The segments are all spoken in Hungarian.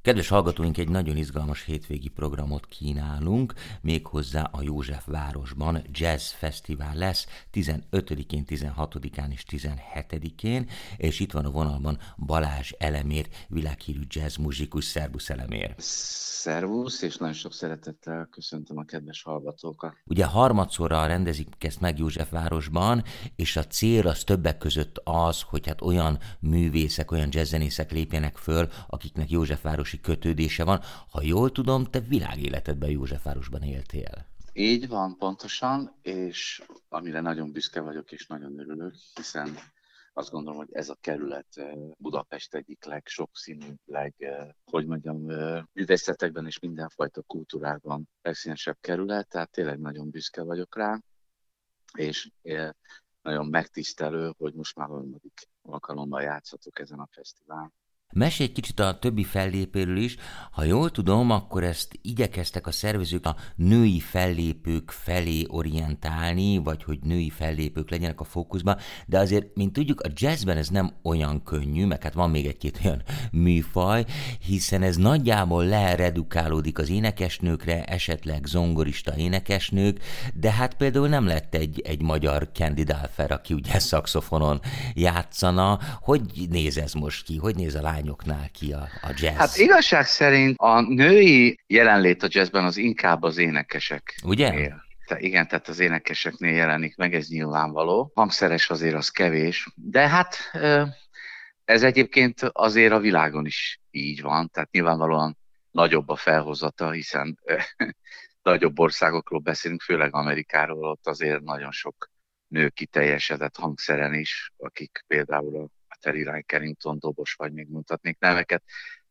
Kedves hallgatóink, egy nagyon izgalmas hétvégi programot kínálunk, méghozzá a Józsefvárosban Jazz Fesztivál lesz 15-én, 16-án és 17-én, és itt van a vonalban Balázs Elemér, világhírű jazz muzsikus. Szerbusz, Elemér! Szervusz, és nagyon sok szeretettel köszöntöm a kedves hallgatókat. Ugye harmadszorra rendezik ezt meg Józsefvárosban, és a cél az többek között az, hogy hát olyan művészek, olyan jazzzenészek lépjenek föl, akiknek Józsefvárosi kötődése van. Ha jól tudom, te világéletedben Józsefvárosban éltél. Így van pontosan, és amire nagyon büszke vagyok, és nagyon örülök, hiszen azt gondolom, hogy ez a kerület Budapest egyik legsokszínű, hogy mondjam, művészetekben és mindenfajta kultúrában legszínesebb kerület, tehát tényleg nagyon büszke vagyok rá, és nagyon megtisztelő, hogy most már harmadik alkalommal játszhatok ezen a fesztiválon. Mesélj egy kicsit a többi fellépőről is. Ha jól tudom, akkor ezt igyekeztek a szervezők a női fellépők felé orientálni, vagy hogy női fellépők legyenek a fókuszban, de azért, mint tudjuk, a jazzben ez nem olyan könnyű, meg hát van még egy-két olyan műfaj, hiszen ez nagyjából leredukálódik az énekesnőkre, esetleg zongorista énekesnők, de hát például nem lett egy magyar Candy Dulfer, aki ugye szaxofonon játszana. Hogy néz ez most ki? Hogy néz a lányoknál ki a Hát jazz? igazság szerint a női jelenlét a jazzben az inkább az Ugye? énekeseknél. Igen, tehát az énekeseknél jelenik meg, ez nyilvánvaló. Hangszeres azért az kevés, de hát ez egyébként azért a világon is így van, tehát nyilvánvalóan nagyobb a felhozata, hiszen nagyobb országokról beszélünk, főleg Amerikáról, ott azért nagyon sok nő kiteljesedett hangszeren is, akik például a Terry Ray Carrington dobos, vagy még mutatnék neveket,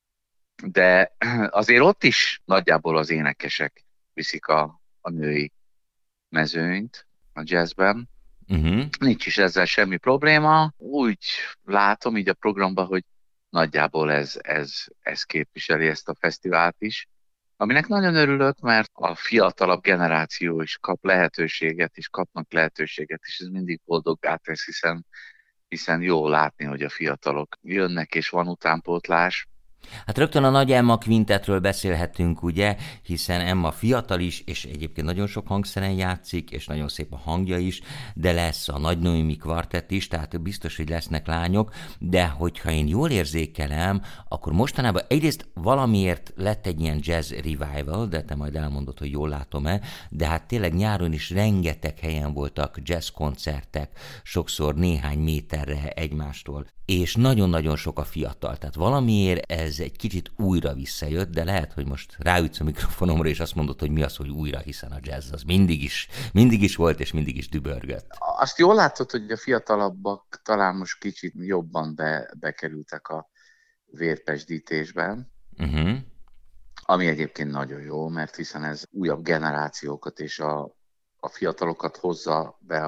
de azért ott is nagyjából az énekesek viszik a női mezőnyt a jazzben. Uh-huh. Nincs is ezzel semmi probléma. Úgy látom így a programban, hogy nagyjából ez képviseli ezt a fesztivált is. Aminek nagyon örülök, mert a fiatalabb generáció is kap lehetőséget, és kapnak lehetőséget, és ez mindig boldoggá tesz, hiszen jó látni, hogy a fiatalok jönnek, és van utánpótlás. Hát rögtön a Nagy Emma kvintetről beszélhetünk, ugye, hiszen Emma fiatal is, és egyébként nagyon sok hangszeren játszik, és nagyon szép a hangja is, de lesz a Nagy Noémi kvartett is, tehát biztos, hogy lesznek lányok, de hogyha én jól érzékelem, akkor mostanában egyrészt valamiért lett egy ilyen jazz revival, de te majd elmondod, hogy jól látom-e, de hát tényleg nyáron is rengeteg helyen voltak jazz koncertek, sokszor néhány méterre egymástól, és nagyon-nagyon sok a fiatal, tehát valamiért ez egy kicsit újra visszajött, de lehet, hogy most ráütsz a mikrofonomra, és azt mondod, hogy mi az, hogy újra, hiszen a jazz az mindig is volt, és mindig is dübörgött. Azt jól látod, hogy a fiatalabbak talán most kicsit jobban bekerültek a vérpesdítésben, Uh-huh. ami egyébként nagyon jó, mert hiszen ez újabb generációkat és a fiatalokat hozza be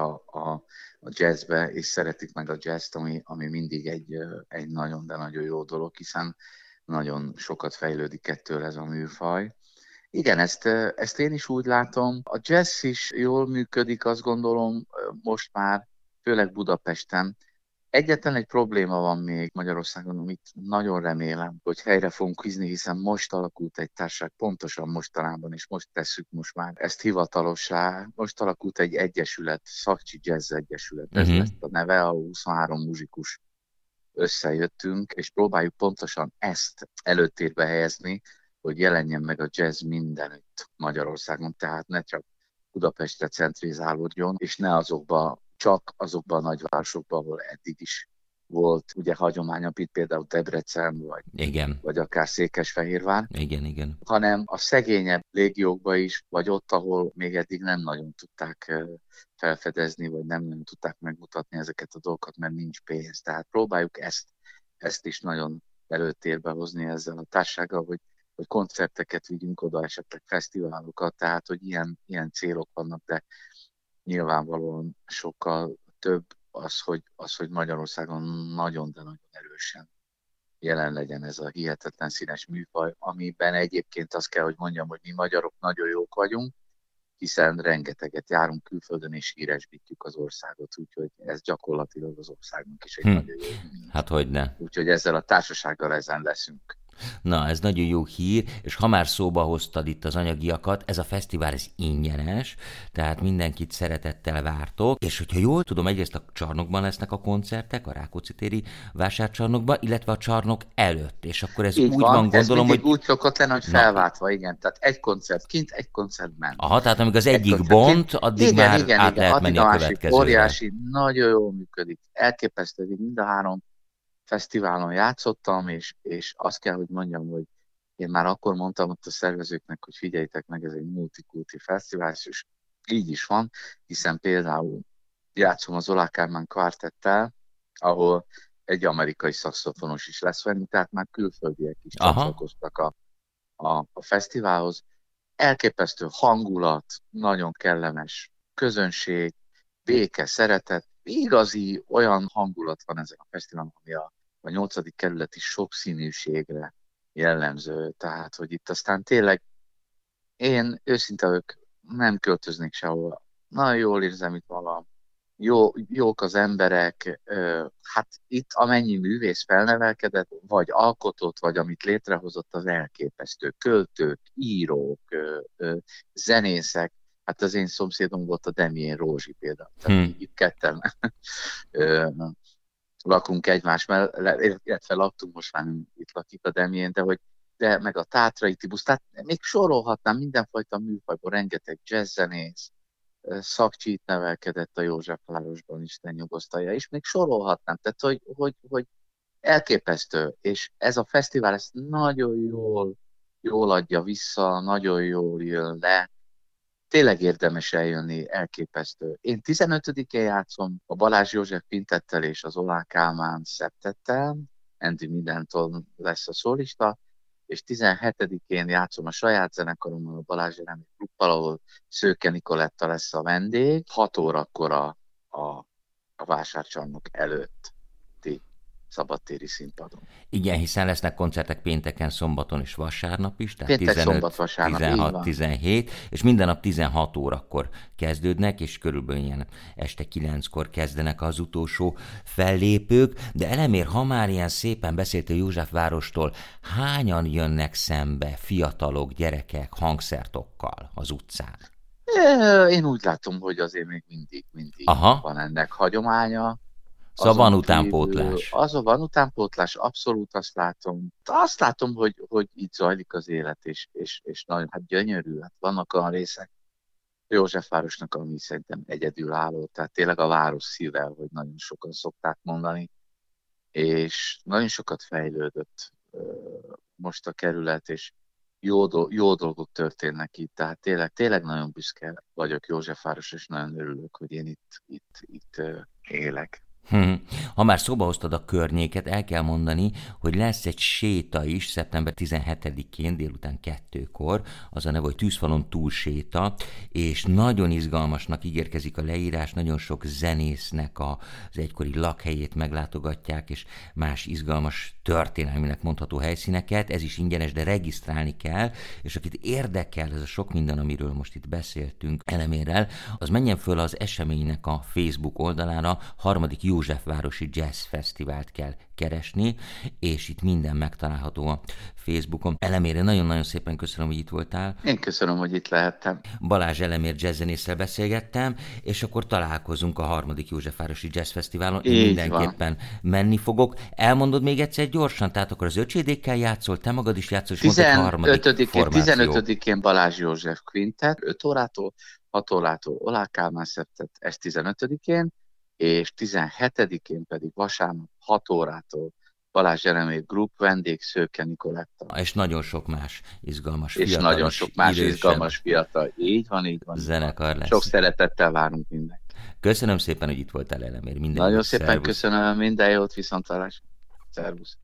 a jazzbe, és szeretik meg a jazzt, ami mindig egy nagyon, de nagyon jó dolog, hiszen nagyon sokat fejlődik ettől ez a műfaj. Igen, ezt én is úgy látom. A jazz is jól működik, azt gondolom, most már, főleg Budapesten. Egyetlen egy probléma van még Magyarországon, amit nagyon remélem, hogy helyre fogunk hízni, hiszen most alakult egy társaság, pontosan mostanában, és most tesszük most már ezt hivatalossá. Most alakult egy egyesület, Szakcsi Jazz Egyesület, ez Uh-huh. lesz a neve, a 23 muzsikus összejöttünk, és próbáljuk pontosan ezt előtérbe helyezni, hogy jelenjen meg a jazz mindenütt Magyarországon, tehát ne csak Budapestre centrizálódjon, és ne csak azokban a nagyvárosokban, ahol eddig is volt ugye hagyományabb, itt például Debrecen, Igen, vagy akár Székesfehérvár, igen. hanem a szegényebb légiókba is, vagy ott, ahol még eddig nem nagyon tudták felfedezni, vagy nem nagyon tudták megmutatni ezeket a dolgokat, mert nincs pénz. Tehát próbáljuk ezt is nagyon előtérbe hozni ezzel a társággal, hogy koncerteket vigyünk oda, esetleg fesztiválokat, tehát hogy ilyen célok vannak, de nyilvánvalóan sokkal több az, hogy Magyarországon nagyon, de nagyon erősen jelen legyen ez a hihetetlen színes műfaj, amiben egyébként azt kell, hogy mondjam, hogy mi magyarok nagyon jók vagyunk, hiszen rengeteget járunk külföldön, és híresbítjük az országot, úgyhogy ez gyakorlatilag az országnak is egy nagyon jó. Hát hogyne. Úgyhogy ezzel a társasággal ezen leszünk. Na, ez nagyon jó hír, és ha már szóba hoztad itt az anyagiakat, ez a fesztivál ez ingyenes, tehát mindenkit szeretettel vártok, és hogyha jól tudom, egyrészt a Csarnokban lesznek a koncertek, a Rákóczi-téri vásárcsarnokban, illetve a Csarnok előtt, és akkor ez Így úgy van, van, ez gondolom, mindig hogy... úgy szokott lenni, hogy felváltva, igen. Tehát egy koncert kint, egy koncert bent. Aha, tehát amíg az Egy egyik koncert bont, kint. addig Igen, már igen, át igen. lehet Addig menni a a másik következőre. óriási, nagyon jól működik. Elképesztő, hogy mind a három fesztiválon játszottam, és azt kell, hogy mondjam, hogy én már akkor mondtam ott a szervezőknek, hogy figyeljétek meg, ez egy multikulti fesztivál, és így is van, hiszen például játszom az Oláh Kálmán kvartettel, ahol egy amerikai szaxofonos is lesz venni, tehát már külföldiek is csatlakoztak a fesztiválhoz. Elképesztő hangulat, nagyon kellemes közönség, béke, szeretet, igazi olyan hangulat van ezen a fesztiválon, ami a 8. kerületi sokszínűségre jellemző. Tehát, hogy itt aztán tényleg én őszinte ők nem költöznék sehol. Nagyon jól érzem itt magam. Jók az emberek, hát itt amennyi művész felnevelkedett, vagy alkotott, vagy amit létrehozott, az elképesztő. Költők, írók, zenészek, hát az én szomszédom volt a Demjén Rózsi például. Tehát itt ketten lakunk egymás mellett, illetve laktunk, most már nem itt lakik a Demjén, de meg a Tátrai Tibusz, tehát még sorolhatnám mindenfajta műfajból, rengeteg jazzzenész, Szakcsi itt nevelkedett a Józsefvárosban, Isten nyugosztalja, és még sorolhatnám, tehát hogy elképesztő, és ez a fesztivál ezt nagyon jól adja vissza, nagyon jól jön le, tényleg érdemes eljönni, elképesztő. Én 15-én játszom a Balázs József Pintettel és az Oláh Kálmán szeptettel, Andy Mindentől lesz a szólista, és 17-én játszom a saját zenekarommal, a Balázs Jeremy Klubbal, ahol Szőke Nikoletta lesz a vendég, 6 órakor a vásárcsarnok előtti szabadtéri színpadon. Igen, hiszen lesznek koncertek pénteken, szombaton és vasárnap is, tehát Péntek, 15, szombat, vasárnap, 16, 17, és minden nap 16 órakor kezdődnek, és körülbelül ilyen este 9-kor kezdenek az utolsó fellépők, de Elemér, ha már ilyen szépen beszéltél Józsefvárostól, hányan jönnek szembe fiatalok, gyerekek hangszertokkal az utcán? Én úgy látom, hogy azért még mindig van ennek hagyománya. Szóval van utánpótlás. Van utánpótlás, abszolút azt látom. Azt látom, hogy itt zajlik az élet, és nagyon hát gyönyörű. Hát vannak olyan részek Józsefvárosnak, ami szerintem egyedülálló, tehát tényleg a város szíve, hogy nagyon sokan szokták mondani, és nagyon sokat fejlődött most a kerület, és jó dolgok történnek itt, tehát tényleg nagyon büszke vagyok Józsefváros, és nagyon örülök, hogy én itt élek. Ha már szóba hoztad a környéket, el kell mondani, hogy lesz egy séta is szeptember 17-én délután 2-kor, az a neve, hogy Tűzfalon túl séta, és nagyon izgalmasnak ígérkezik a leírás, nagyon sok zenésznek az egykori lakhelyét meglátogatják, és más izgalmas történelminek mondható helyszíneket, ez is ingyenes, de regisztrálni kell, és akit érdekel ez a sok minden, amiről most itt beszéltünk Elemérrel, az menjen föl az eseménynek a Facebook oldalára, 3. Józsefvárosi Jazz Fesztivált kell keresni, és itt minden megtalálható a Facebookon. Elemére nagyon-nagyon szépen köszönöm, hogy itt voltál. Én köszönöm, hogy itt lehettem. Balázs Elemér jazzzenésszel beszélgettem, és akkor találkozunk a 3. Józsefvárosi Jazz Fesztiválon. Én mindenképpen menni fogok. Elmondod még egyszer gyorsan, tehát akkor az öcsédékkel játszol, te magad is játszol, és mondtad harmadik formáció. 15-én Balázs József Quintet, 5 órától, 6 órától Oláh Kálmán szeptet, ez 15-én, és 17-én pedig vasárnap 6 órától Balázs Jeremy Group vendég Szőke Nikoletta. És nagyon sok más izgalmas és fiatal. És nagyon sok más izgalmas fiatal. Így van. Zenekar lesz. Sok szeretettel várunk mindenkit. Köszönöm szépen, hogy itt voltál, Elemér. Nagyon szépen köszönöm, minden jót, viszontlátásra. Szervusz.